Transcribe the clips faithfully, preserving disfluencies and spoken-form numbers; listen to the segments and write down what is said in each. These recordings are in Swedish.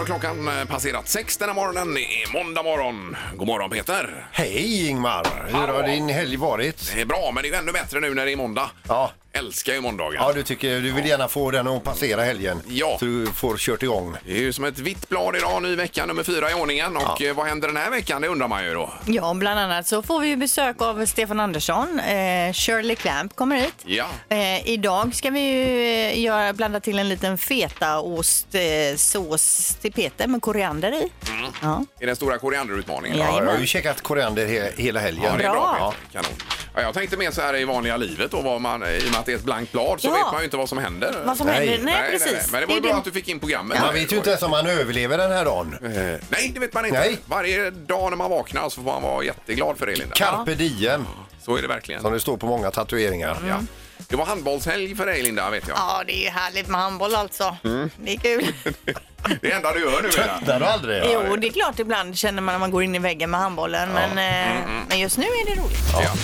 har klockan passerat sex denna morgonen. Det är måndag morgon. God morgon Peter. Hej Ingmar, hur har din helg varit? Det är bra, men det är ju ännu bättre nu när det är måndag. Ja. Älskar ju måndagen. Ja, du tycker du vill gärna få den att passera helgen. Ja. Så du får kört igång. Det är ju som ett vitt blad idag, ny vecka nummer fyra i ordningen. Och Ja. vad händer den här veckan, det undrar man ju då. Ja, bland annat så får vi ju besök av Stefan Andersson. Eh, Shirley Clamp kommer hit. Ja. Eh, idag ska vi ju eh, göra, blanda till en liten fetaost eh, sås till Peter med koriander i. Mm. Ja. Det är den stora korianderutmaningen. Ja. Ja, jag har ju checkat koriander he- hela helgen. Ja, det är bra. Bra. Kanon. Ja, jag tänkte mer så här i vanliga livet då, vad man, i och med att det är ett blankt blad så Ja. vet man ju inte vad som händer. Vad som Nej. händer? Nej, precis. Men det var ju är bra det- att du fick in programmet. Man vet ju inte ens om man överlever den här dagen. Eh, nej, det vet man inte. Nej. Varje dag när man vaknar så får man vara jätteglad för det, Linda. Carpe diem, Så är det verkligen. som det står på många tatueringar. Ja. Det var handbollshelg för dig, Linda, vet jag. Ja, det är ju härligt med handboll alltså. Det är kul. Det enda du gör nu är Tröttnar du aldrig? Jo, det är klart ibland känner man när man går in i väggen med handbollen. Men, eh, men just nu är det roligt. Ja.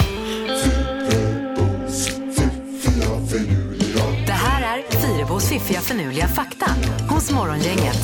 Det här är Fyrebos fiffiga förnuliga fakta hos Morgongänget.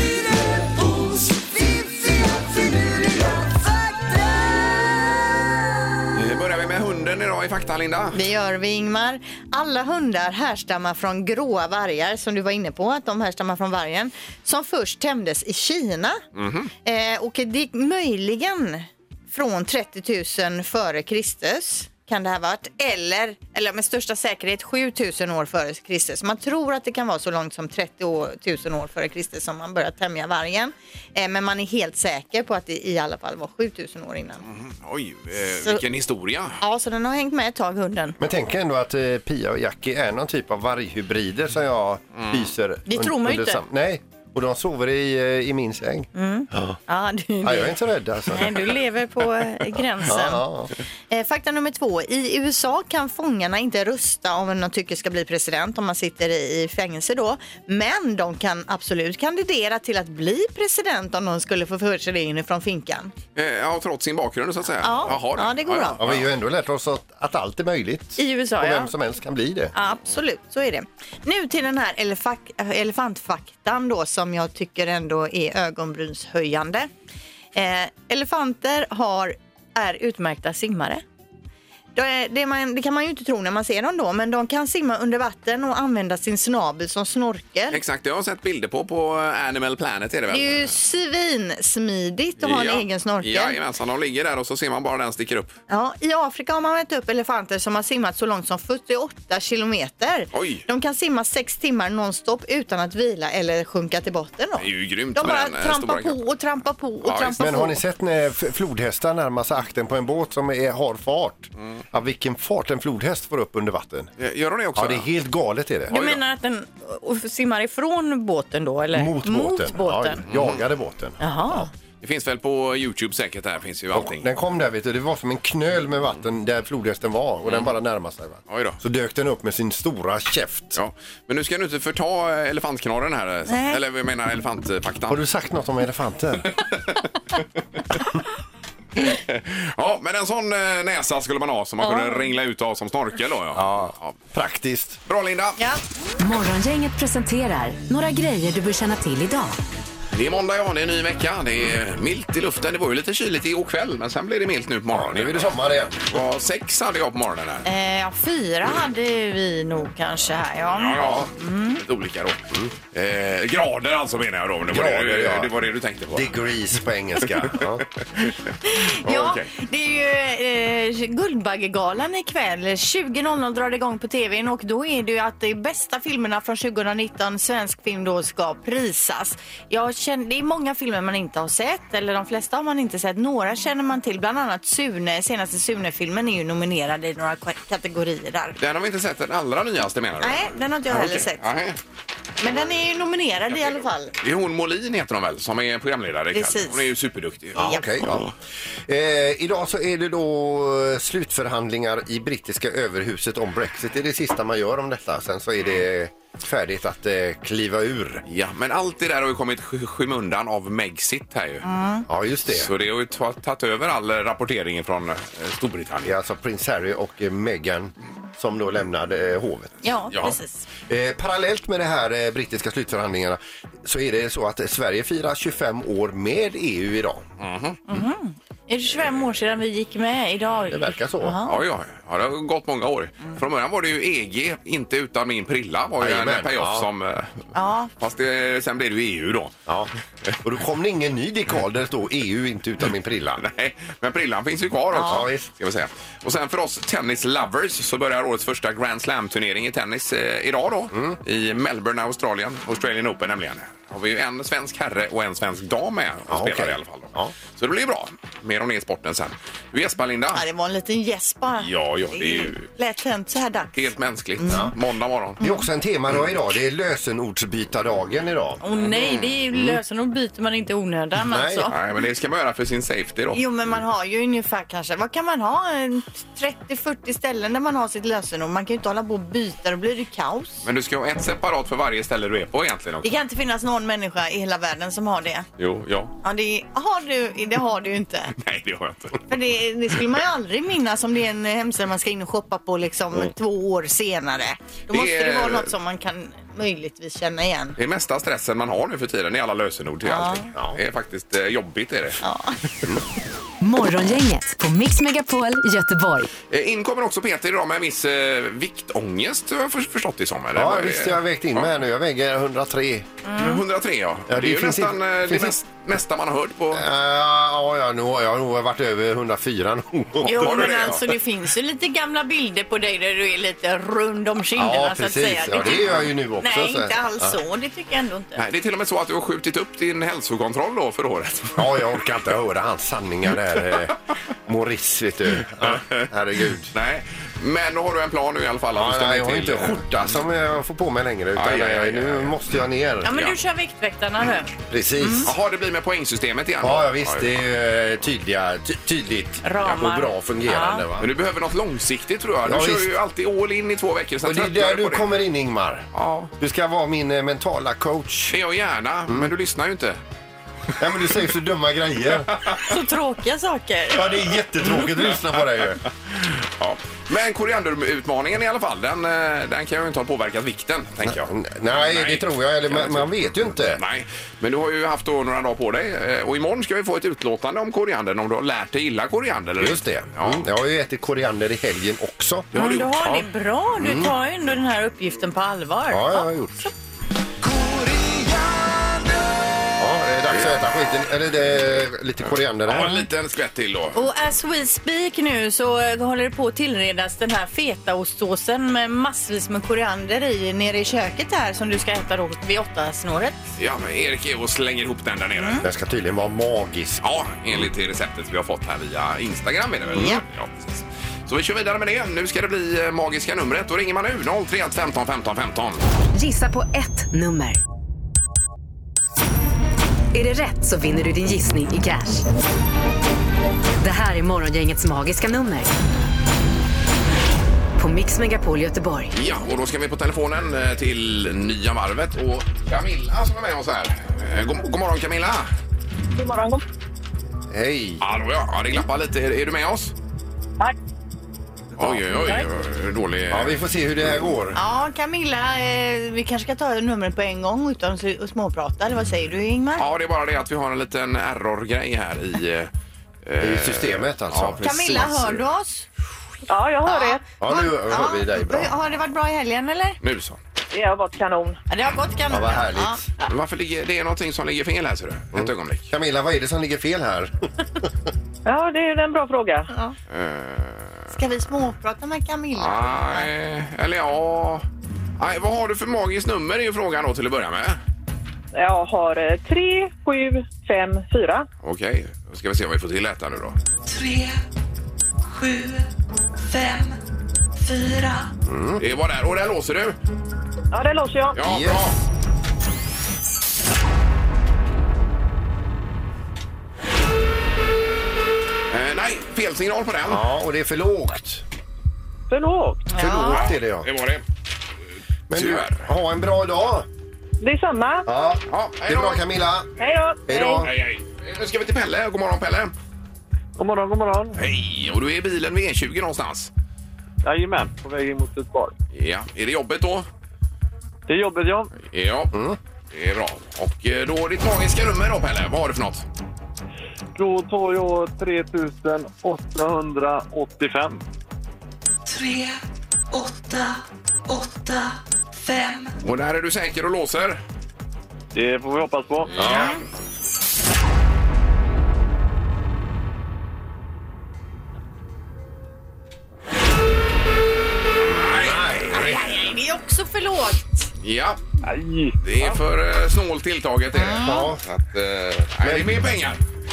Nu börjar vi med hunden idag i fakta, Linda. Det gör vi, Ingmar. Alla hundar härstammar från gråa vargar, som du var inne på, att de härstammar från vargen, som först tämjdes i Kina. Mm-hmm. Eh, och det är möjligen från trettio tusen före Kristus kan det ha varit, eller, eller med största säkerhet sju tusen år före Kristus. Man tror att det kan vara så långt som trettio tusen år före Kristus som man börjar tämja vargen. Eh, men man är helt säker på att det i alla fall var sju tusen år innan. Mm, oj, eh, Så- vilken historia. Ja, så den har hängt med ett tag, hunden. Men tänk ändå att eh, Pia och Jackie är någon typ av varghybrider som jag hyser. Det un- tror man ju under inte. sam- Nej, och de sover i, eh, i min säng. Ja, du, Ja, jag är inte så rädd alltså. Nej, du lever på eh, gränsen. Ja, Eh, fakta nummer två. I U S A kan fångarna inte rösta om vem de tycker ska bli president om man sitter i, i fängelse då. Men de kan absolut kandidera till att bli president om de skulle få för sig det inifrån finkan. Eh, ja, trots sin bakgrund så att säga. Ja, Jaha, ja, det går bra. ja, vi har ju ändå lärt oss att, att allt är möjligt. I U S A, Och vem ja. som helst kan bli det. Absolut, så är det. Nu till den här elefak- elefantfaktan då, som jag tycker ändå är ögonbrynshöjande. Eh, elefanter har, är utmärkta simmare. Det, det, man, det kan man ju inte tro när man ser dem då, men de kan simma under vatten och använda sin snabel som snorkel. Exakt, det har jag sett bilder på på Animal Planet är det väl? Det är ju svinsmidigt att ha en egen snorkel. Jajamensan, de ligger där och så ser man bara den sticker upp. Ja, i Afrika har man mätt upp elefanter som har simmat så långt som fyrtioåtta kilometer. Oj. De kan simma sex timmar nonstop utan att vila eller sjunka till botten då. Det är ju grymt De med bara den, eh, trampar stora på kroppen. och trampar på och Ja, trampar Men på. har ni sett när f- flodhästar närmar sig akten på en båt som är, har fart? Mm. Ja, vilken fart en flodhäst får upp under vatten. Eh, Gör de det också? Ja, det är helt galet är det. Du Oj då. menar att den och simmar ifrån båten då? Eller? Mot båten. båten. Ja, jagade båten. Jaha. Det finns väl på YouTube säkert, där finns ju allting. Den kom där, vet du, det var som en knöl med vatten där flodhästen var och den bara närmade sig. Va? Oj då. Så dök den upp med sin stora käft. Ja. Men nu ska du inte förta elefantknorren här. Nej. Eller vi menar elefantfaktan. Har du sagt något om elefanten? Ja, men en sån eh, näsa skulle man ha som man kunde ringla ut av som snorkel då. Ja. Ja, praktiskt. Bra, Linda. Ja. Morgongänget presenterar några grejer du bör känna till idag. Det är måndag, ja, det är en ny vecka. Det är milt i luften. Det var ju lite kyligt igår kväll, men sen blev det milt nu på morgonen. Nu är det sommar igen. Det var sex hade jag på morgonen här. Eh, ja, fyra hade vi nog kanske här, ja. Ja, ja. Lite olika då. Eh, grader alltså menar jag då. Det var, Grader, det, ja. det var det du tänkte på. Degrees på engelska. Ja. Ja, Okej. det är ju eh, Guldbaggegalan ikväll. tjugo noll noll drar det igång på tvn och då är det ju att de bästa filmerna från tjugonitton, svensk film då, ska prisas. Jag känner, det är många filmer man inte har sett, eller de flesta har man inte sett. Några känner man till, bland annat Sune. Senaste Sune-filmen är ju nominerad i några k- kategorier där. Den har vi inte sett, den allra nyaste menar du? Nej, den har inte jag heller Okej. sett. Nej. Men den är ju nominerad i alla fall. Det är hon Molin heter hon väl, som är programledare ikväll. Precis. Hon är ju superduktig. Ja, okej, ja. Eh, idag så är det då slutförhandlingar i brittiska överhuset om Brexit. Det är det sista man gör om detta. Sen så är det färdigt att eh, kliva ur. Ja, men allt det där har ju kommit sk- skymundan av Megxit här ju. Ja, just det. Så det har ju ta- tagit över all rapportering från eh, Storbritannien. Det är alltså prins Harry och eh, Meghan som då lämnade eh, hovet. Ja, Ja. precis. Eh, parallellt med det här eh, brittiska slutförhandlingarna så är det så att eh, Sverige firar tjugofem år med E U idag. Är det tjugofem år sedan vi gick med idag? Det verkar så. Ja, ja, ja, det har gått många år. Från början var det ju E G, inte utan min prilla, var ju en Jajamän, payoff ja. som... eh, Ja. Fast det, sen blev det ju E U då. Ja. Och då kom det ingen ny dekal där det står E U inte utan min prilla. Nej, men prillan finns ju kvar också. Ja, visst. Ska vi säga. Och sen för oss tennis-lovers så börjar årets första Grand Slam-turnering i tennis eh, idag då. Mm. I Melbourne, Australien. Australian Open nämligen. Har vi ju en svensk herre och en svensk dam med och Ja, spelar okej. i alla fall. Då. Ja. Så det blir bra. Mer om det i sporten sen. Du gäspar, Linda? Ja, det var en liten gäsp bara. Ja, ja, det är ju Lätt hänt så här dags. helt mänskligt. Måndag morgon. Det är också en temadag idag. Det är lösenordsbytardagen idag. Åh nej, det är ju lösenord byter man inte i onödan Nej. alltså. Nej, men det ska man göra för sin safety då. Jo, men man har ju ungefär kanske, vad kan man ha? En trettio fyrtio ställen där man har sitt lösenord. Man kan ju inte hålla på och byta, då blir det kaos. Men du ska ha ett separat för varje ställe du är på egentligen också. Det kan inte finnas någon människa i hela världen som har det. Jo, ja. Ja, det har du, det har du ju inte. Nej, det har jag inte. För det, det skulle man ju aldrig minnas om det är en hemsida man ska in och shoppa på liksom två år senare. Då Det måste det är- vara något som man kan möjligtvis känna igen. Det är mesta stressen man har nu för tiden i alla lösenord till allting. Det är faktiskt eh, jobbigt är det. Ja. Morgongänget på Mix Megapol Göteborg. Eh, In kommer också Peter idag med en viss eh, viktångest har jag för, förstått det som. Eller? Ja, Vad är visst, det? jag har vägt in mig här nu. Jag väger hundratre. hundratre ja. Ja, det, det är ju finns nästan inte- eh, det finns mest, mesta man har hört på. Uh, ja, ja, nu har jag nog varit över hundrafyra någon gång. Jo, Har du men det, ja? alltså det finns ju lite gamla bilder på dig där du är lite rund om kinderna Ja, så att precis. säga. Ja, det är jag ju nu också. Nej, så. inte alls så. Det tycker jag ändå inte. Nej, det är till och med så att du har skjutit upp din hälsokontroll då för året. Ja, jag orkar inte höra hans sanningar där. Eh, Maurice, vet du. Ja, herregud. Nej, men då har du en plan nu i alla fall. Att Ja, du ska nej, jag med har till, inte eh, skjorta som jag får på mig längre. Utan Aj, aj, aj, nej, aj, nu aj. måste jag ner. Ja, men Ja. du kör Viktväktarna nu. Precis. Jaha, det blir med poängsystemet igen. Ja, då? ja, visst. Det är eh, tydliga, ty tydligt Ramar. och bra fungerande. Ja. Va? Men du behöver något långsiktigt tror jag. Du Ja, kör visst. ju alltid all in i två veckor. Sen Och det är tröttnar där på du det. kommer in, Ingmar. Ja, Du ska vara min eh, mentala coach. det är jag gärna, men du lyssnar ju inte. Nej, men du säger så dumma grejer. Så tråkiga saker. Ja, det är jättetråkigt att lyssna på dig ju. Ja. Men korianderutmaningen i alla fall, den, eh, den kan ju inte ha påverkat vikten, tänker jag. N- Nej, det tror jag. Eller, man, man vet ju inte. Nej, men du har ju haft då några dagar på dig. eh, Och imorgon ska vi få ett utlåtande om koriandern, om du har lärt dig gilla koriander. Eller? Just det. Ja. Mm. Jag har ju ätit koriander i helgen också. Det har du Men du gjort. har Ja. det bra. Du tar ju ändå den här uppgiften på allvar. Ja, jag har gjort. Ja, det är dags att äta skiten. Eller det är lite koriander Ja, här. en liten skvätt till då. Och as we speak nu så eh, håller det på att tillredas den här fetaostsåsen med massvis med koriander i nere i köket här som du ska äta då vid åtta snåret. Ja, men Erik är och slänger ihop den där nere. Den ska tydligen vara magisk. Ja, enligt det receptet vi har fått här via Instagram är det väl? Ja. Ja, precis. Så vi kör vidare med det. Nu ska det bli eh, magiska numret. Då ringer man nu noll tre ett femton femton femton. Gissa på ett nummer. Är det rätt så vinner du din gissning i cash. Det här är Morgongängets magiska nummer. På Mix Megapol Göteborg. Ja, och då ska vi på telefonen eh, till Nya Varvet och Camilla som är med oss här. Eh, God, god morgon Camilla! God morgon, god Hej! Hallå ja, ja det glappar lite. Är, är du med oss? Tack. Oj, oj, oj, oj, dålig. Ja, vi får se hur det här går. Ja, Camilla, eh, vi kanske ska ta numret på en gång utan att småprata. Eller vad säger du, Ingmar? Ja, det är bara det att vi har en liten error-grej här i... eh, I systemet alltså. Ja, precis. Camilla, hör du oss? Ja, jag hör det. Ja, nu hör vi dig bra. Har det varit bra i helgen eller? Nu så. Det har gått kanon. Ja, det har gått kanon. Ja, vad härligt. Ja. Men varför ligger... Det är någonting som ligger fel här, ser du. Ett ögonblick. Camilla, vad är det som ligger fel här? Ja, det är en bra fråga. Ska vi småprata med Camilla? Nej, eller ja... Nej, vad har du för magiskt nummer är ju frågan då till att börja med. Jag har eh, tre, sju, fem, fyra. Okej, då ska vi se om vi får till detta nu då. tre, sju, fem, fyra. Det var där. Och där låser du. Ja, det låser jag. Ja, Yes. bra. Eh, nej, fel signal på den. Ja, och det är för lågt. För lågt. För lågt är det, ja. Det var det. Men du, Tyvärr. ha en bra dag. Det är samma. Ja, Ja, det hej är då. bra Camilla. Hej då. Hej då. Hej, hej. Nu ska vi till Pelle. God morgon, Pelle. God morgon, god morgon. Hej, och du är i bilen vid E tjugo någonstans. Jajamän, på väg in mot Göteborg. Ja, är det jobbet då? Det är jobbet, ja. Ja, mm. det är bra. Och eh, då ditt magiska nummer då, Pelle, vad har du för något? Då tar jag tre tusen åttahundraåttiofem. tre, åtta, åtta, fem. Och där är du säker och låser? Det får vi hoppas på. Ja. Det är också för lågt. Ja, Aj. det är för uh, snålt tilltaget är det. Ja. Så att, uh, nej, det är mer pengar.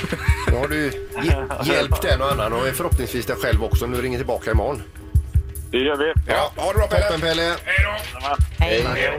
Då har du hj- hjälpt en och annan och förhoppningsvis dig själv också. Nu ringer tillbaka imorgon. Det gör vi. Ja, ha det bra, Pelle. Toppen, Pelle. Hej då. Hej. Hej.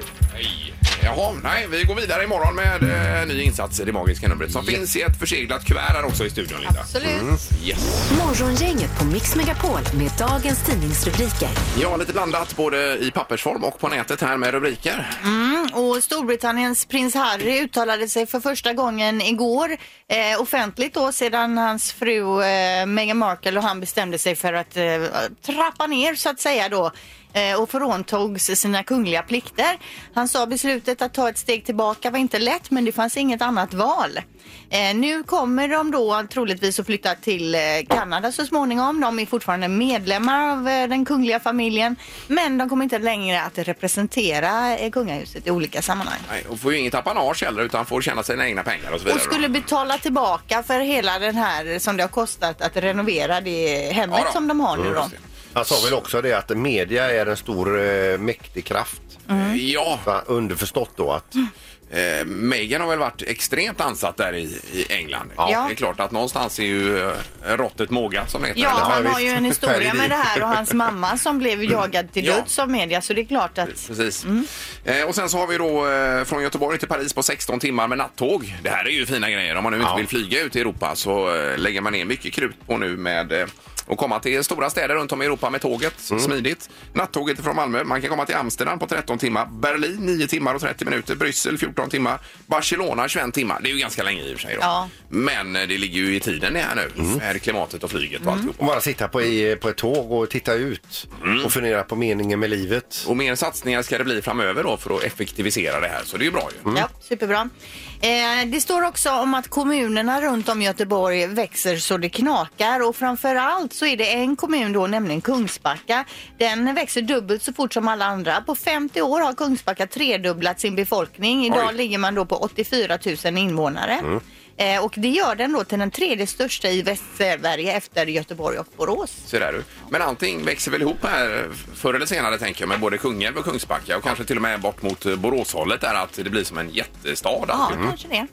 Jaha, nej, vi går vidare imorgon med eh, ny insats i det magiska numret som Yes. finns i ett förseglat kuvert här också i studion, Linda. Absolut. Yes. Morgongänget på Mix Megapol med dagens tidningsrubriker. Ja, lite blandat både i pappersform och på nätet här med rubriker. Mm, och Storbritanniens prins Harry uttalade sig för första gången igår eh, offentligt då sedan hans fru eh, Meghan Markle och han bestämde sig för att eh, trappa ner så att säga då eh, och fråntogs sina kungliga plikter. Han sa beslutet att ta ett steg tillbaka var inte lätt, men det fanns inget annat val. Eh, nu kommer de då troligtvis att flytta till eh, Kanada så småningom. De är fortfarande medlemmar av eh, den kungliga familjen, men de kommer inte längre att representera eh, kungahuset i olika sammanhang. Nej, och får ju inget apanage heller utan får tjäna sina egna pengar och så vidare. Och skulle betala tillbaka för hela den här som det har kostat att renovera det hemmet Ja då. som de har nu då. Just det. Han sa väl också det att media är en stor eh, mäktig kraft. Ja, Va, underförstått då att eh, Meghan har väl varit extremt ansatt där i, i England. Ja. Det är klart att någonstans är ju eh, råttet mågat som det heter. Ja, eller? han Ja, har ju visst. en historia Färdig. med det här och hans mamma som blev jagad till Ja. döds av media, så det är klart att Precis. Eh, och sen så har vi då eh, från Göteborg till Paris på sexton timmar med nattåg. Det här är ju fina grejer. Om man nu inte Ja. vill flyga ut i Europa så eh, lägger man ner mycket krut på nu med eh, att komma till stora städer runt om i Europa med tåget. Smidigt. Nattåget från Malmö. Man kan komma till Amsterdam på tretton timmar. Berlin nio timmar och trettio minuter. Bryssel fjorton timmar. Barcelona tjugoett timmar. Det är ju ganska länge i och för sig då. Ja. Men eh, det ligger ju i tiden det här nu. Med klimatet och flyget och alltihop. bara sitta på, i, på ett tåg och titta ut och fundera på meningen med livet. Och mer satsningar ska det bli framöver då för att effektivisera det här. Så det är ju bra ju. Ja, superbra. Eh, det står också om att kommunerna runt om Göteborg växer så det knakar, och framförallt så är det en kommun då, nämligen Kungsbacka. Den växer dubbelt så fort som alla andra. På femtio år har Kungsbacka tredubblat sin befolkning. Idag Oj. ligger man då på åttiofyra tusen invånare. Mm. Eh, och det gör den då till den tredje största i Västsverige efter Göteborg och Borås. Så där du. Men allting växer väl ihop här förr eller senare tänker jag med både Kungälv och Kungsbacka och kanske till och med bort mot Boråshållet där att det blir som en jättestad Ja, alltihop. kanske det.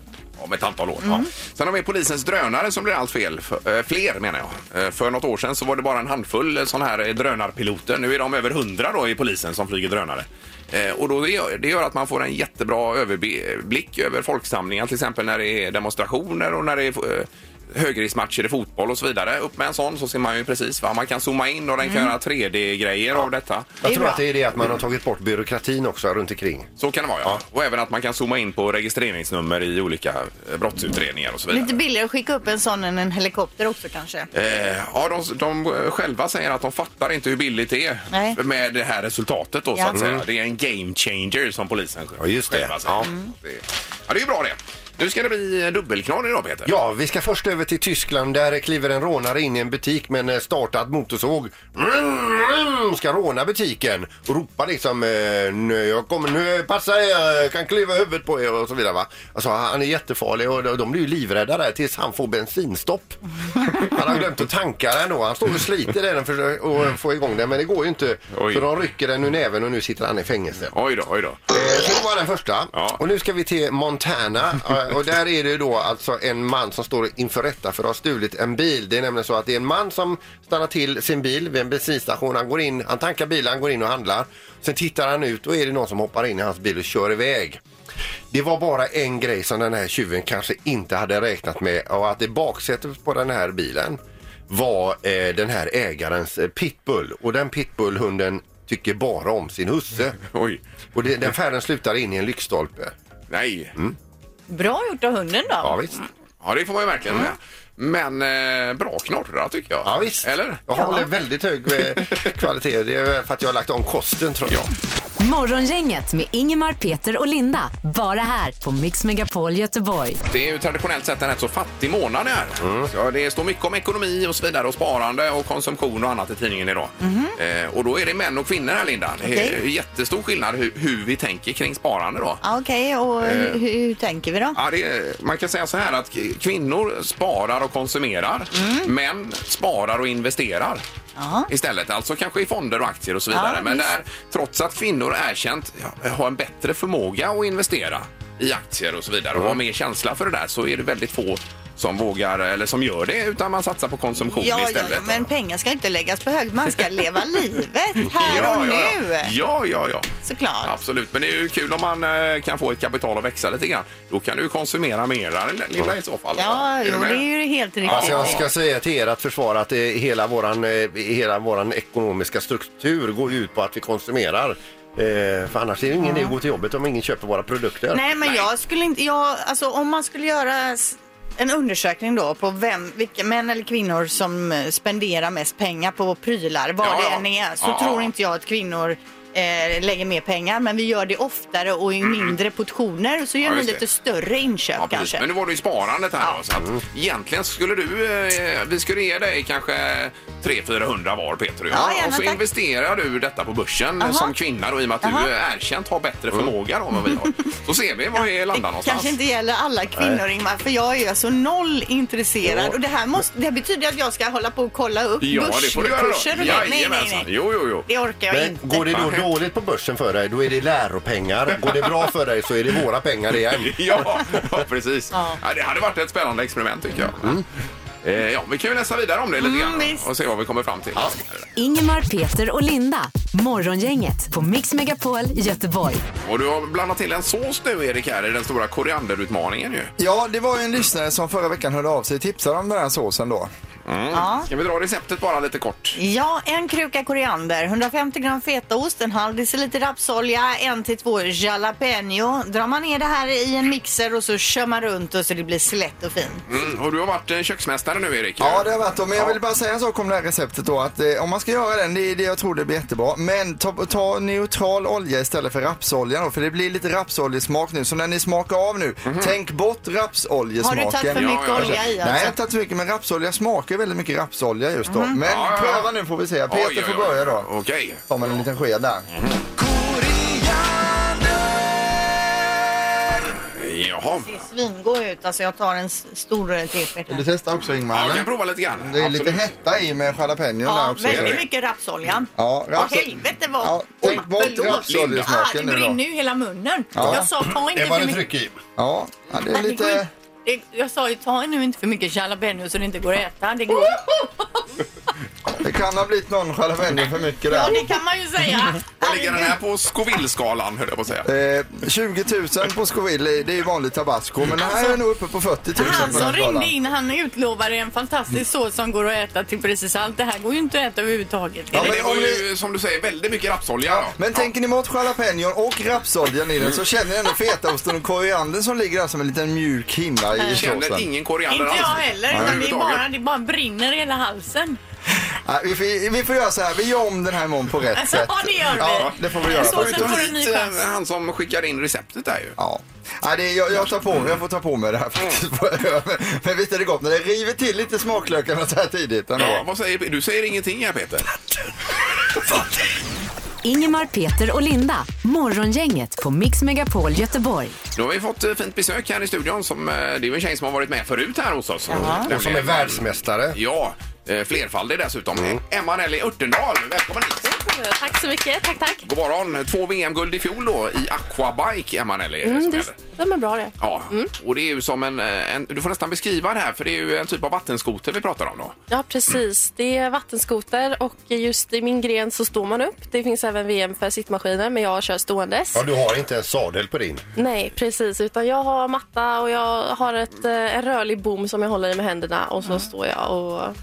Om ett antal år. Ja. Sen har vi polisens drönare som blir allt fel, för, äh, fler menar jag. Äh, för något år sedan så var det bara en handfull sån här drönarpiloter. Nu är de över hundra då i polisen som flyger drönare. Eh, och då det gör, det gör att man får en jättebra överblick över folksamlingar, till exempel när det är demonstrationer och när det är eh, högriskmatcher i fotboll och så vidare. Upp med en sån så ser man ju precis vad man kan zooma in och den kan göra tre D-grejer av detta. Jag är tror bra. att det är det att man har tagit bort byråkratin också runt omkring. Så kan det vara, ja. Och även att man kan zooma in på registreringsnummer i olika eh, brottsutredningar och så vidare. Lite billigare att skicka upp en sån än en helikopter också kanske. Eh, ja, de, de själva säger att de fattar inte hur billigt det är Nej. med det här resultatet då, så Ja. att säga. Det är en game changer som polisen Ja, just det. själva säger. Ja. Det, ja, det är ju bra det. Nu ska det bli dubbelknorr idag, Peter. Ja, vi ska först över till Tyskland. Där kliver en rånare in i en butik med en startad motorsåg. Ska råna butiken och ropar liksom eh, jag kommer nu, passa er, jag kan kliva huvudet på er och så vidare, va. Alltså han är jättefarlig och de blir ju livrädda där tills han får bensinstopp. Han har glömt att tanka den då. Han står och sliter den för att få igång den, men det går ju inte. Oj. För de rycker den ur näven och nu sitter han i fängelse. Oj då, oj då. Eh, Så det var den första. Ja. Och nu ska vi till Montana. Eh, Och där är det då alltså en man som står inför rätta för att ha stulit en bil. Det är nämligen så att det är en man som stannar till sin bil vid en bensinstation. Han går in, han tankar bilen, han går in och handlar. Sen tittar han ut och är det någon som hoppar in i hans bil och kör iväg. Det var bara en grej som den här tjuven kanske inte hade räknat med, och att i baksätet på den här bilen var eh, den här ägarens eh, pitbull. Och den pitbullhunden tycker bara om sin husse. Oj. Och det, den färden slutar in i en lyktstolpe. Nej. Bra gjort av hunden då. Ja, visst. Ja, det får man ju verkligen säga. Men eh, bra knorra tycker jag. Ja, visst. Eller? Jag håller väldigt hög eh, kvalitet. Det är för att jag har lagt om kosten, tror jag. Ja. Morgongänget med Ingemar, Peter och Linda. Bara här på Mix Megapol Göteborg. Det är ju traditionellt sett en rätt så fattig månad här. Mm. Så det står mycket om ekonomi och så vidare och sparande och konsumtion och annat i tidningen idag. Mm. Eh, och då är det män och kvinnor här, Linda. Det är okay. jättestor skillnad hur, hur vi tänker kring sparande då. Okej, okay, och eh, hur, hur tänker vi då? Ja, det är, man kan säga så här att kvinnor sparar och konsumerar. Mm. Män sparar och investerar. Aha. Istället, alltså kanske i fonder och aktier och så vidare. Ja, men där, trots att kvinnor erkänt ja, har en bättre förmåga att investera i aktier och så vidare och har mer känsla för det där, så är det väldigt få som vågar eller som gör det, utan man satsar på konsumtion ja, istället. Ja, men pengar ska inte läggas på hög. Man ska leva livet här ja, och nu. Ja, ja, ja. ja. Såklart. Absolut, men det är ju kul om man eh, kan få ett kapital att växa lite grann. Då kan du konsumera mera, Linda, i så fall. Ja, jo, det är ju helt riktigt. Alltså, jag ska säga till er att försvara att det, hela, våran, eh, hela våran ekonomiska struktur går ut på att vi konsumerar. Eh, för annars är det ingen idé att gå till jobbet om ingen köper våra produkter. Nej, men Nej. jag skulle inte... Jag, alltså, om man skulle göra en undersökning då på vem, vilka män eller kvinnor som spenderar mest pengar på prylar, vad ja, det ja. än är, så ja, tror ja. inte jag att kvinnor eh, lägger mer pengar, men vi gör det oftare och i mindre portioner, så gör Ja, vi just lite det. större inköp Ja, kanske. men nu var det ju sparandet här Ja. då, så att egentligen skulle du, eh, vi skulle ge dig kanske tre till fyrahundra var, Peter och jag. Ja, gärna, och så tack. investerar du detta på börsen Aha. som kvinna då, i och med att Aha. du erkänt har bättre förmåga då, än vad vi har. Så ser vi var är landar någonstans. Kanske inte gäller alla kvinnor, Ingmar, för jag är alltså noll intresserad. Ja. Och det här måste, det betyder att jag ska hålla på och kolla upp Ja, det får du göra då. börskurser och det. Nej, nej, Jajamensan. nej. Jo, jo, jo. Det orkar jag Men inte. går det då dåligt på börsen för dig, då är det läropengar. Går det bra för dig så är det våra pengar igen. Ja, ja, precis. Ja. Ja, det hade varit ett spännande experiment tycker jag. Mm. Eh, ja, vi kan ju läsa vidare om det lite Mm, grann visst. och se vad vi kommer fram till. Ja. Ingemar, Peter och Linda. Morgongänget på Mix Megapol Göteborg. Och du har blandat till en sås nu, Erik, här i den stora korianderutmaningen ju. Ja, det var ju en lyssnare som förra veckan hörde av sig och tipsade om den här såsen då. Mm. Ja. Ska vi dra receptet bara lite kort? Ja, en kruka koriander, hundrafemtio gram fetaost, en halv deciliter rapsolja, en till två jalapeno. Drar man ner det här i en mixer och så kör man runt och så det blir slätt och fint. Mm. Och du har varit eh, köksmästare nu, Erik. Ja, det har varit då. Men jag Ja. vill bara säga en sak om det här receptet då. Att eh, om man ska göra den, det är det jag tror det blir jättebra. Men ta, ta neutral olja istället för rapsolja då. För det blir lite rapsoljesmak nu. Så när ni smakar av nu, Mhm. tänk bort rapsoljesmaken. Har du tagit för Ja, mycket ja, ja. olja i alltså? Nej, jag har inte tagit så mycket, men rapsolja smakar väldigt mycket rapsolja just då. Men Ja, ja, ja. pröva nu får vi se. Peter Oj, oj, oj. får börja då. Okej. Tar man en liten sked där. Jaha. Svingå ut, alltså jag tar en s- stor Vill tefett. du testa också, Ingmar? Ja, jag eller? kan prova lite grann. Det är lite Absolut. hetta i med jalapeno där Ja, också. väldigt mycket rapsolja. Ja, Åh, rapsol- helvete vad... Ja, tänk bort förlåt. rapsoljesmaken Ah, det nu då. brinner ju hela munnen. Ja. Jag sa ta inte Det var för det mycket. tryck i. Ja, ja, det är Nej, det går lite... inte. Det, jag sa ju ta nu inte för mycket jalapeno så det inte går att äta. Det går. Det kan ha blivit någon jalapeno för mycket Ja, där. det kan man ju säga. Vad ligger den här på Scoville-skalan, höll jag på att säga? Eh, tjugo tusen på Scoville, det är ju vanlig tabasco. Men det här är nog uppe på fyrtio tusen Han på som den skalan. ringde in, han utlovade en fantastisk sås som går att äta till precis allt. Det här går ju inte att äta överhuvudtaget. Ja, Men men det var om ju, som du säger, väldigt mycket rapsolja då. Men tänker ni mot jalapenon och rapsoljan i den så känner ni ändå fetaosten och koriandern som ligger där som en liten mjuk hinna i Jag känner såsen. ingen koriander Inte jag alls. heller, Nej, utan det, är överhuvudtaget. bara, det bara brinner i hela halsen. Nej, vi, får, vi får göra så här, vi gör om den här imorgon på rätt sätt. Ja, det gör vi. Ja, det får vi göra Så faktiskt. sen får du en ny chans. Eh, Han som skickar in receptet där ju. Ja. Nej, det är, jag, jag, tar på, jag får ta på mig det här faktiskt. Men, men visst är det gott när det river till lite smaklökarna så här tidigt ändå. Ja, vad säger du? säger ingenting här, Peter. Ingemar, Peter och Linda. Morgongänget på Mix Megapol Göteborg. Då har vi fått eh, fint besök här i studion. Som, eh, det är ju en tjej som har varit med förut här hos oss. Och som är världsmästare. Ja, eh, flerfaldig dessutom. Emma Nelly Örtendahl, välkommen hit. Tack så mycket, tack tack. God morgon. Två V M-guld i fjol då i aquabike, Emma Nelly. Mm, som det heter. stämmer bra det. Ja, och det är ju som en, en... Du får nästan beskriva det här, för det är ju en typ av vattenskoter vi pratar om då. Ja, precis. Det är vattenskoter och just i min gren så står man upp. Det finns även V M för sittmaskiner, men jag kör ståendes. Ja, du har inte en sadel på din. Nej, precis. Utan jag har matta och jag har ett, eh, en rörlig bom som jag håller i med händerna och så står jag och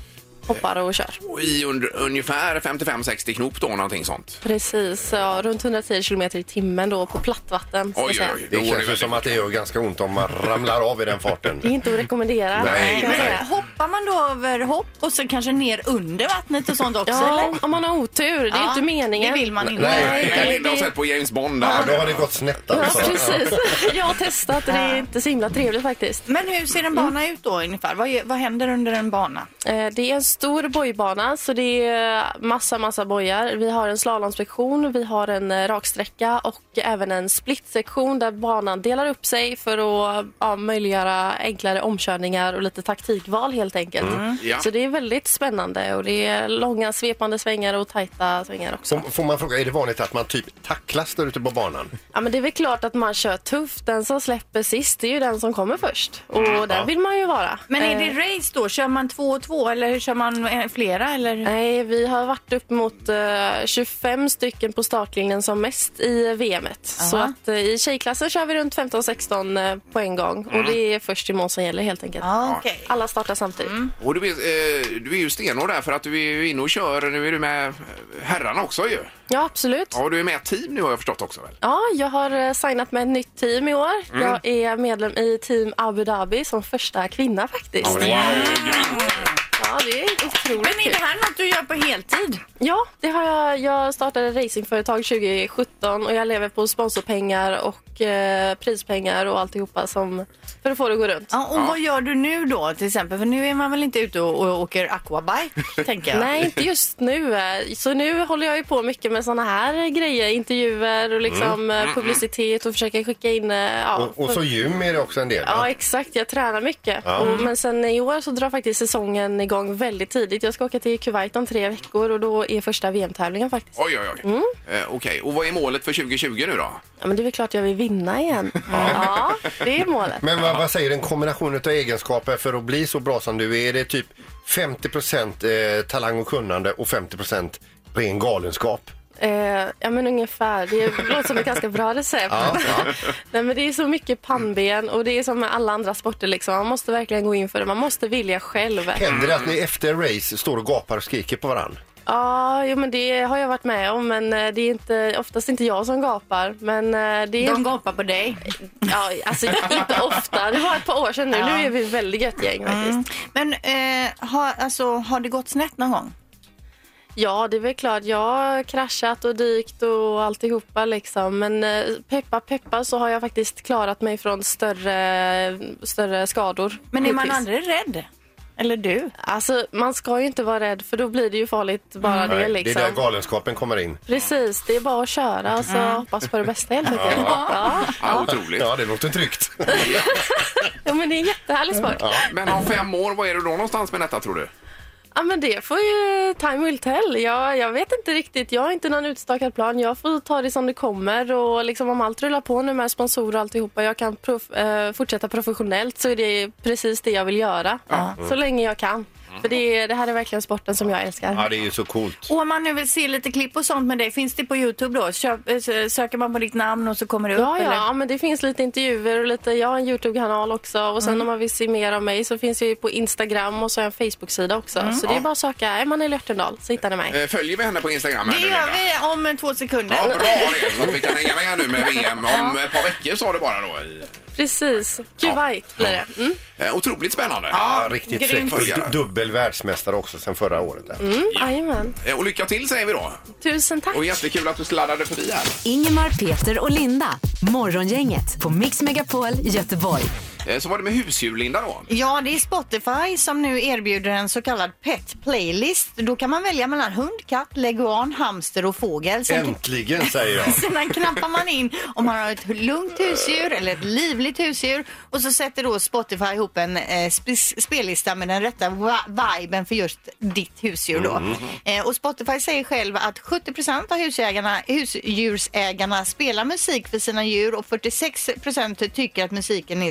hoppar och kör. Och i under, ungefär femtiofem sextio knop då, någonting sånt. Precis, ja, runt hundratio kilometer i timmen då på plattvatten. ska jag Oj, säga. oj, Det då är känns ju väldigt som att det gör ganska ont om man ramlar av i den farten. Det är inte att rekommendera. Nej, kan jag säga. Hoppar man då över hopp och så kanske ner under vattnet och sånt också? Ja, eller? om man har otur. Det är Ja, inte meningen. Det vill man inte. Nej. Nej, Nej, Linda har det- sett på James Bond där. Ja, då har det gått snett Ja, alltså. precis. Jag har testat och det är inte så himla trevligt faktiskt. Men hur ser en bana ut då ungefär? Vad, är- vad händer under en bana? Eh, Det är en stor bojbana, så det är massa, massa bojar. Vi har en slalomsektion, vi har en eh, raksträcka och även en splitsektion där banan delar upp sig för att ja, möjliggöra enklare omkörningar och lite taktikval helt enkelt. Ja. Så det är väldigt spännande och det är långa svepande svängar och tajta svängar också. Får, får man fråga, är det vanligt att man typ tacklas där ute på banan? Ja, men det är väl klart att man kör tufft. Den som släpper sist är ju den som kommer först. Och där Ja. vill man ju vara. Men är Eh, det race då? Kör man två och två eller kör man eh, flera? Eller? Nej, vi har varit upp mot eh, tjugofem stycken på startlinjen som mest i V M-et. Så att eh, i tjejklassen kör vi runt femton sexton eh, på en gång. Och det är först i mål som gäller helt enkelt. Ja, okej. Alla startar samtidigt. Och du är, eh, du är ju stenhård där för att du är ju inne och kör. Nu är du med herrarna också ju. Ja, absolut. Ja, och du är med ett team nu har jag förstått också väl? Ja, jag har eh, signat med ett nytt team i år. Mm. Jag är medlem i team Abu Dhabi som första kvinna faktiskt. Wow, grymt. Ja, det är otroligt Men är kul. det här något du gör på heltid? Ja, det har jag. Jag startade racingföretag tjugo sjutton och jag lever på sponsorpengar och eh, prispengar och alltihopa som, för att få det att gå runt. Ja, och vad gör du nu då till exempel? För nu är man väl inte ute och, och åker aquabike, tänker jag. Nej, inte just nu. Så nu håller jag ju på mycket med såna här grejer, intervjuer och liksom mm. publicitet och försöka skicka in... Ja, Och, och så gym är det också en del. Ja, va? exakt. Jag tränar mycket. Ja. Och, men sen i år så drar faktiskt säsongen igång väldigt tidigt. Jag ska åka till Kuwait om tre veckor och då är första V M-tävlingen faktiskt. Oj, oj, oj. Mm. Eh, Okej, och vad är målet för tjugo tjugo nu då? Ja, men det är väl klart jag vill vinna igen. Ja, det är målet. Men vad, vad säger en kombination av egenskaper för att bli så bra som du är? Är det typ femtio procent eh, talang och kunnande och femtio procent ren galenskap? Eh, ja, men ungefär. Det låter som ett ganska bra recept. Ja, ja. Nej, men det är så mycket pannben och det är som med alla andra sporter liksom. Man måste verkligen gå in för det. Man måste vilja själv. Händer det att ni efter race står och gapar och skriker på varandra? Ja, jo, men det har jag varit med om, men eh, det är inte, oftast inte jag som gapar. Men eh, det är... De gapar på dig. Ja, alltså inte ofta. Det var ett par år sedan nu. Ja. Nu är vi väldigt gött gäng faktiskt. Men eh, har, alltså, har det gått snett någon gång? Ja, det är väl klart. Jag har kraschat och dykt och alltihopa liksom. Men eh, peppa peppa så har jag faktiskt klarat mig från större, större skador. Men är man hittills. aldrig rädd? Eller du? Alltså, man ska ju inte vara rädd för då blir det ju farligt bara det Nej, liksom. det är där galenskapen kommer in. Precis, det är bara att köra och så hoppas på det bästa helt enkelt. Ja. Ja, otroligt. Ja, det låter tryggt. Ja, men det är en jättehärlig sport. Ja. Men om fem år, vad är du då någonstans med detta tror du? Ja, men det får ju time will tell. Jag, jag vet inte riktigt. Jag har inte någon utstakad plan. Jag får ta det som det kommer. Och liksom om allt rullar på nu med sponsorer och alltihopa, jag kan prof, eh, fortsätta professionellt så är det precis det jag vill göra. Ja. Så länge jag kan. För det, det här är verkligen sporten som jag älskar. Ja, det är ju så coolt. Och om man nu vill se lite klipp och sånt med dig, finns det på YouTube då? Köp, eh, söker man på ditt namn och så kommer det upp? Ja, eller? ja, men det finns lite intervjuer och lite, jag har en YouTube-kanal också och sen Mm. om man vill se mer av mig så finns jag ju på Instagram och så har jag en Facebook-sida också. Så det är bara att söka Emanuel Örtendal så hittar ni mig. Eh, Följer vi henne på Instagram? här Det nu, gör Linda? vi om två sekunder. Ja, bra det. Så att vi kan hänga med här nu med V M om ett par veckor sa det bara då. i- Precis, Kuwait blir det. Mm. Eh, Otroligt spännande. Ja, riktigt grymt. fräckt. Och du- Dubbel världsmästare också sen förra året. Där. Mm, jajamän. Eh, Och lycka till säger vi då. Tusen tack. Och jättekul att du sladdade förbi här. Ingemar, Peter och Linda. Morgongänget på Mix Megapol Göteborg. Eh, Så var det med husdjur, Linda då. Ja, det är Spotify som nu erbjuder en så kallad pet playlist. Då kan man välja mellan hund, katt, leguan, hamster och fågel. Sen, Äntligen, säger jag. sedan knappar man in om man har ett lugnt husdjur eller ett livligt husdjur. Och så sätter då Spotify ihop en eh, sp- spellista med den rätta va- viben för just ditt husdjur då. Eh, och Spotify säger själv att sjuttio procent av husägarna, husdjursägarna spelar musik för sina djur och fyrtiosex procent tycker att musiken är stress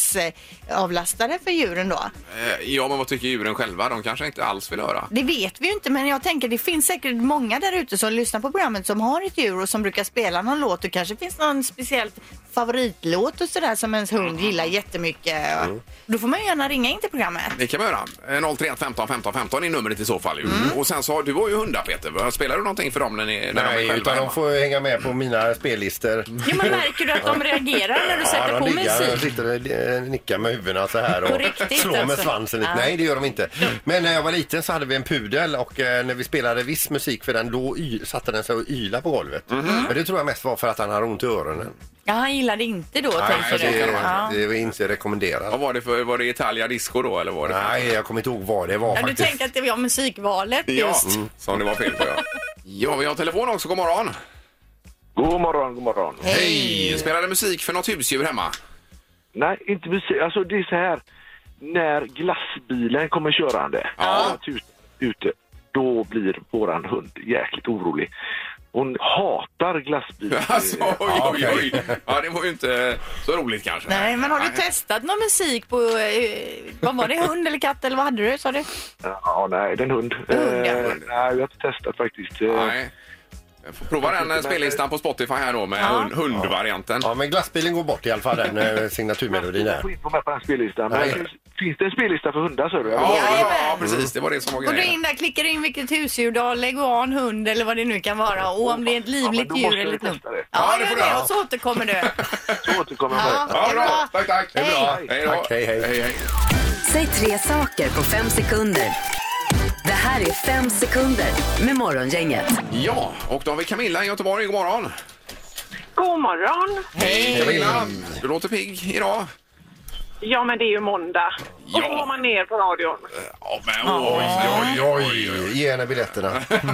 stressavlastare för djuren då. Eh, Ja, men vad tycker djuren själva? De kanske inte alls vill höra. Det vet vi ju inte, men jag tänker det finns säkert många där ute som lyssnar på programmet som har ett djur och som brukar spela någon låt. Det kanske finns någon speciellt favoritlåt och sådär som ens hund gillar jättemycket. Mm. Då får man gärna ringa in till programmet. Det kan man göra. Eh, noll tre ett femton femton femton är numret i så fall. Mm. Och sen så har du har ju hundar, Peter. Spelar du någonting för dem när, ni, när Nej, de är själva utan hemma? de får hänga med på mina spellistor. Jo, men märker du att de reagerar när du sätter ja, på de ligger, musik? De sitter och nickar med huvudena så här och riktigt, slår med alltså. svansen lite. Ja. Nej, det gör de inte. Men när jag var liten så hade vi en pudel och eh, när vi spelade viss musik för den, då y- satte den sig och yla på golvet. Mm-hmm. Men det tror jag mest var för att han hade ont i öronen. Ja, han gillade inte då, Nej, tänker det, du. det, Ja. det var inte rekommenderat. Vad var det för, var det Italia Disco då eller var det? Nej, jag kommer inte ihåg vad det var Ja, du faktiskt. tänker att det var musikvalet Ja, just. mm. som det var fel på, ja. Ja, vi har telefon också. God morgon. God morgon, god morgon. Hej! Spelade musik för något husdjur hemma? Nej, inte musik. Alltså det är så här. När glassbilen kommer körande Ja. ute, då blir våran hund jäkligt orolig. Hon hatar glassbilen. Alltså, oj, oj, oj. Ja, det var ju inte så roligt kanske. Nej, men har du testat någon musik på, eh, vad var det, hund eller katt eller vad hade du, sa du? Ja, nej, det är en hund. Hund, ja. Eh, nej, jag har inte testat faktiskt. Eh, Nej. Jag får prova den eh, spellistan på Spotify här då med hund, hundvarianten. Ja, men glassbilen går bort i alla fall, den eh, signaturmelodin Jag där. får inte vara med på den spellistan. Men Nej. finns, finns det en spellista för hundar, så du? Ja, ja, Jajamän. ja, precis. Det var det som var Går du grejen. in där, klickar in vilket husdjur du har, leguan, hund eller vad det nu kan vara. Och om det är ett livligt då djur måste eller jag ett lugnt. testa det. Ja, Ja, det gör får du det göra. och så återkommer du. Så återkommer jag Ja, med. Ja, det är bra. bra. Tack, tack. Det är bra. Hej då. Tack, hej, hej. hej, hej. Säg tre saker på fem sekunder. Det här är fem sekunder med Morgongänget. Ja, och då har vi Camilla i Göteborg. God morgon. God morgon. Hej Camilla. Du låter pigg idag. Ja, men det är ju måndag. Ja. Och så har man ner på radion. Ja, men oj, oj, oj, oj. Ge henne biljetterna.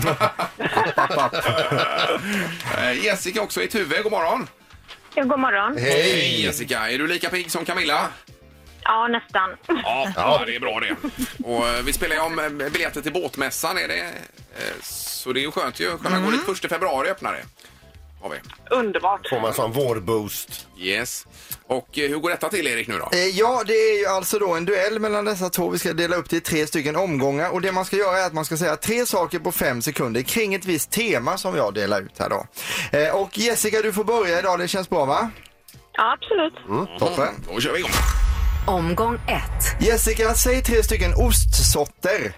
Eh, Jessica också i Tuve. God morgon. Ja, god morgon. Hej Jessica. Är du lika pigg som Camilla? Ja, nästan. Ja, ja, det är bra det. Och eh, vi spelar ju om eh, biljetter till båtmässan. Är det, eh, så det är ju skönt ju. Kunna gå dit första februari öppnar det. Har vi. Underbart. Får man sån vårboost. Yes. Och eh, hur går detta till Erik nu då? Eh, Ja, det är ju alltså då en duell mellan dessa två. Vi ska dela upp det i tre stycken omgångar. Och det man ska göra är att man ska säga tre saker på fem sekunder kring ett visst tema som jag delar ut här då. Eh, Och Jessica, du får börja idag. Det känns bra, va? Ja, absolut. Toppen. Då kör vi igång. Omgång ett. Jessica, säg tre stycken ostsorter.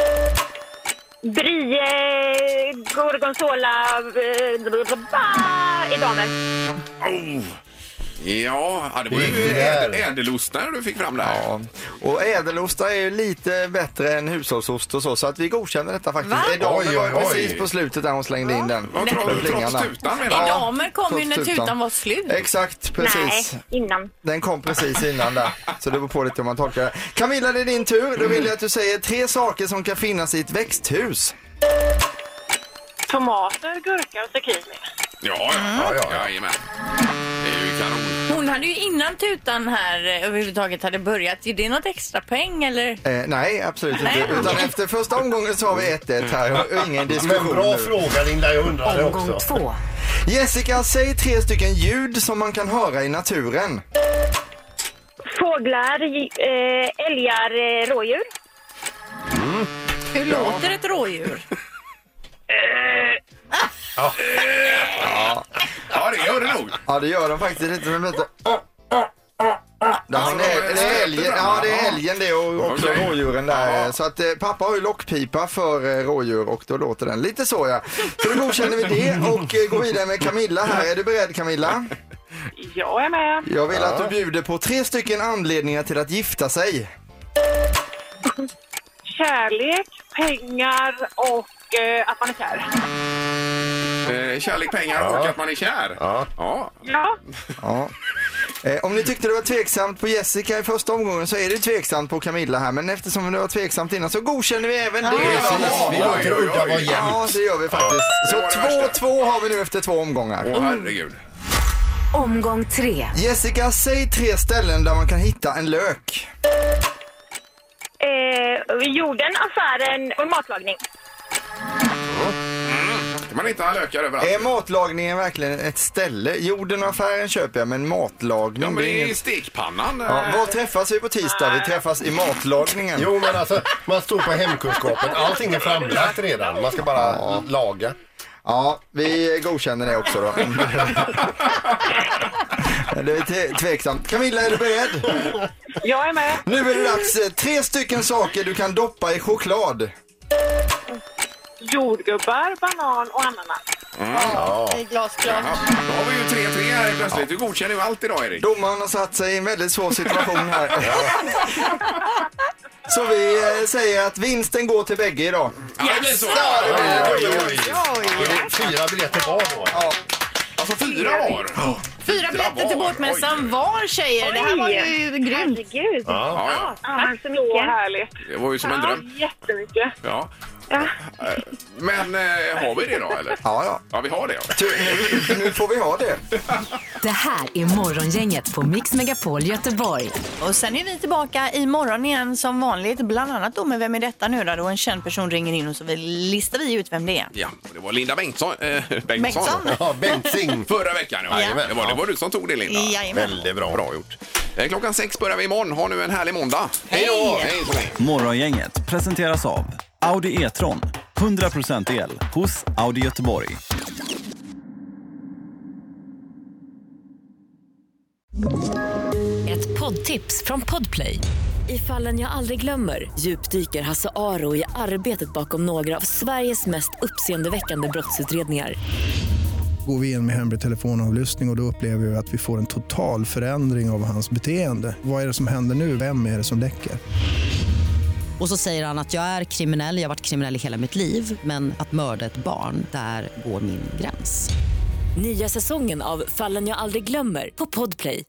Brie, gorgonzola, eh, i damer. Oh. Ja, ja, det var ju Bigger. äd- ädelostar du fick fram där. Ja. Och ädelostar är ju lite bättre än hushållsost och så, så att vi godkänner detta faktiskt. Va? Idag Oj, var oj, oj. precis på slutet där hon slängde in den. Vad tror du? Plingarna. Trots tutan menar jag. Ja, damer kom ju när Trots tutan var slut. Exakt, precis. Nej, innan. Den kom precis innan där, så det beror på lite hur man tolkar det. Camilla, det är din tur. Då vill jag att du säger tre saker som kan finnas i ett växthus. Tomater, gurka och zucchini. Ja, ja, ja, ja. Jajamän. Det är ju kanon. Hon hade ju innan tutan här eh, överhuvudtaget hade börjat. Är det något extra poäng eller? Eh, nej, absolut Nej. inte. Utan efter första omgången så har vi ett ett här och ingen diskussion. Men bra nu. fråga, Linda, jag undrade Omgång också. två. Jessica, säg tre stycken ljud som man kan höra i naturen. Fåglar, eh, älgar, eh, rådjur. Hur låter ett rådjur? Ja, det gör det nog. Ja, det gör de faktiskt inte. Men vänta. Där har ni, det är älgen, ja, det är älgen det och också Okej. rådjuren där. Så att eh, pappa har ju lockpipa för eh, rådjur och då låter den lite så, ja. Så då godkänner vi det och eh, går vidare med Camilla här. Är du beredd, Camilla? Jag är med. Jag vill att du bjuder på tre stycken anledningar till att gifta sig. Kärlek, pengar och eh, att man är kär. Eh, kärlek, pengar och att man är kär. Ja. Ja. Ja. Ja. Eh, om ni tyckte det var tveksamt på Jessica i första omgången så är det tveksamt på Camilla här. Men eftersom det var tveksamt innan så godkänner vi även det. Precis, vi låter oj, udda oj. vara jämnt. Ja, det gör vi faktiskt. det var Så det värsta. två två har vi nu efter två omgångar. Åh, herregud. Omgång tre. Jessica, säg tre ställen där man kan hitta en lök. Eh, jorden, affären och matlagning. ska man inte ha lökar överallt. Är matlagningen verkligen ett ställe? Jorden och affären köper jag, men matlagning... Ja, men det är ingen... stekpannan. Ja, var träffas vi på tisdag? Vi träffas i matlagningen. Jo, men alltså, man står på hemkunskapen. Allting är framlagt redan. Man ska bara ja. laga. Ja, vi godkänner det också då. Det är tveksamt. Camilla, är du beredd? Jag är med. Nu är det dags. Tre stycken saker du kan doppa i choklad. Jordgubbar, banan och ananas. Mm. Ja. Det är glasklart. Ja, då har vi ju tre tre här plötsligt. Du godkänner ju allt idag, Erik. Domaren har satt sig i en väldigt svår situation här. Så vi eh, säger att vinsten går till bägge idag. Ja, det blir så. Ja, det blir oj, oj, oj. oj. Fyra biljetter var då. Ja. Alltså fyra var. Fyra, fyra biljetter till båtmässan var, tjejer. Det här var ju grymt. Herregud. Ja, ja. Tack så mycket. Så härligt. Det var ju som en dröm. Ja, jättemycket. Ja. Ja. Men eh, har vi det då, eller? Ja, ja. Ja, vi har det. Ja. Nu, nu får vi ha det. Det här är Morgongänget på Mix Megapol Göteborg. Och sen är vi tillbaka i morgon igen som vanligt. Bland annat då med Vem är detta nu då? Då en känd person ringer in och så listar vi ut vem det är. Ja, det var Linda Bengtsson. Eh, Bengtsson. Bengtsson. Ja, Bengtsing. Förra veckan, ja. Ja. Det, var, det var du som tog det, Linda. Jajamän. Väldigt bra. Bra gjort. Eh, klockan sex börjar vi imorgon. Ha nu en härlig måndag. Hej då! Hej så länge. Morgongänget presenteras av Audi E-tron. hundra procent el hos Audi Göteborg. Ett poddtips från Podplay. I Fallen jag aldrig glömmer djupdyker Hasse Aro i arbetet bakom några av Sveriges mest uppseendeväckande brottsutredningar. Går vi in med hemlig telefonavlyssning och, och då upplever vi att vi får en total förändring av hans beteende. Vad är det som händer nu? Vem är det som läcker? Och så säger han att jag är kriminell, jag har varit kriminell i hela mitt liv. Men att mörda ett barn, där går min gräns. Nya säsongen av Fallen jag aldrig glömmer på Podplay.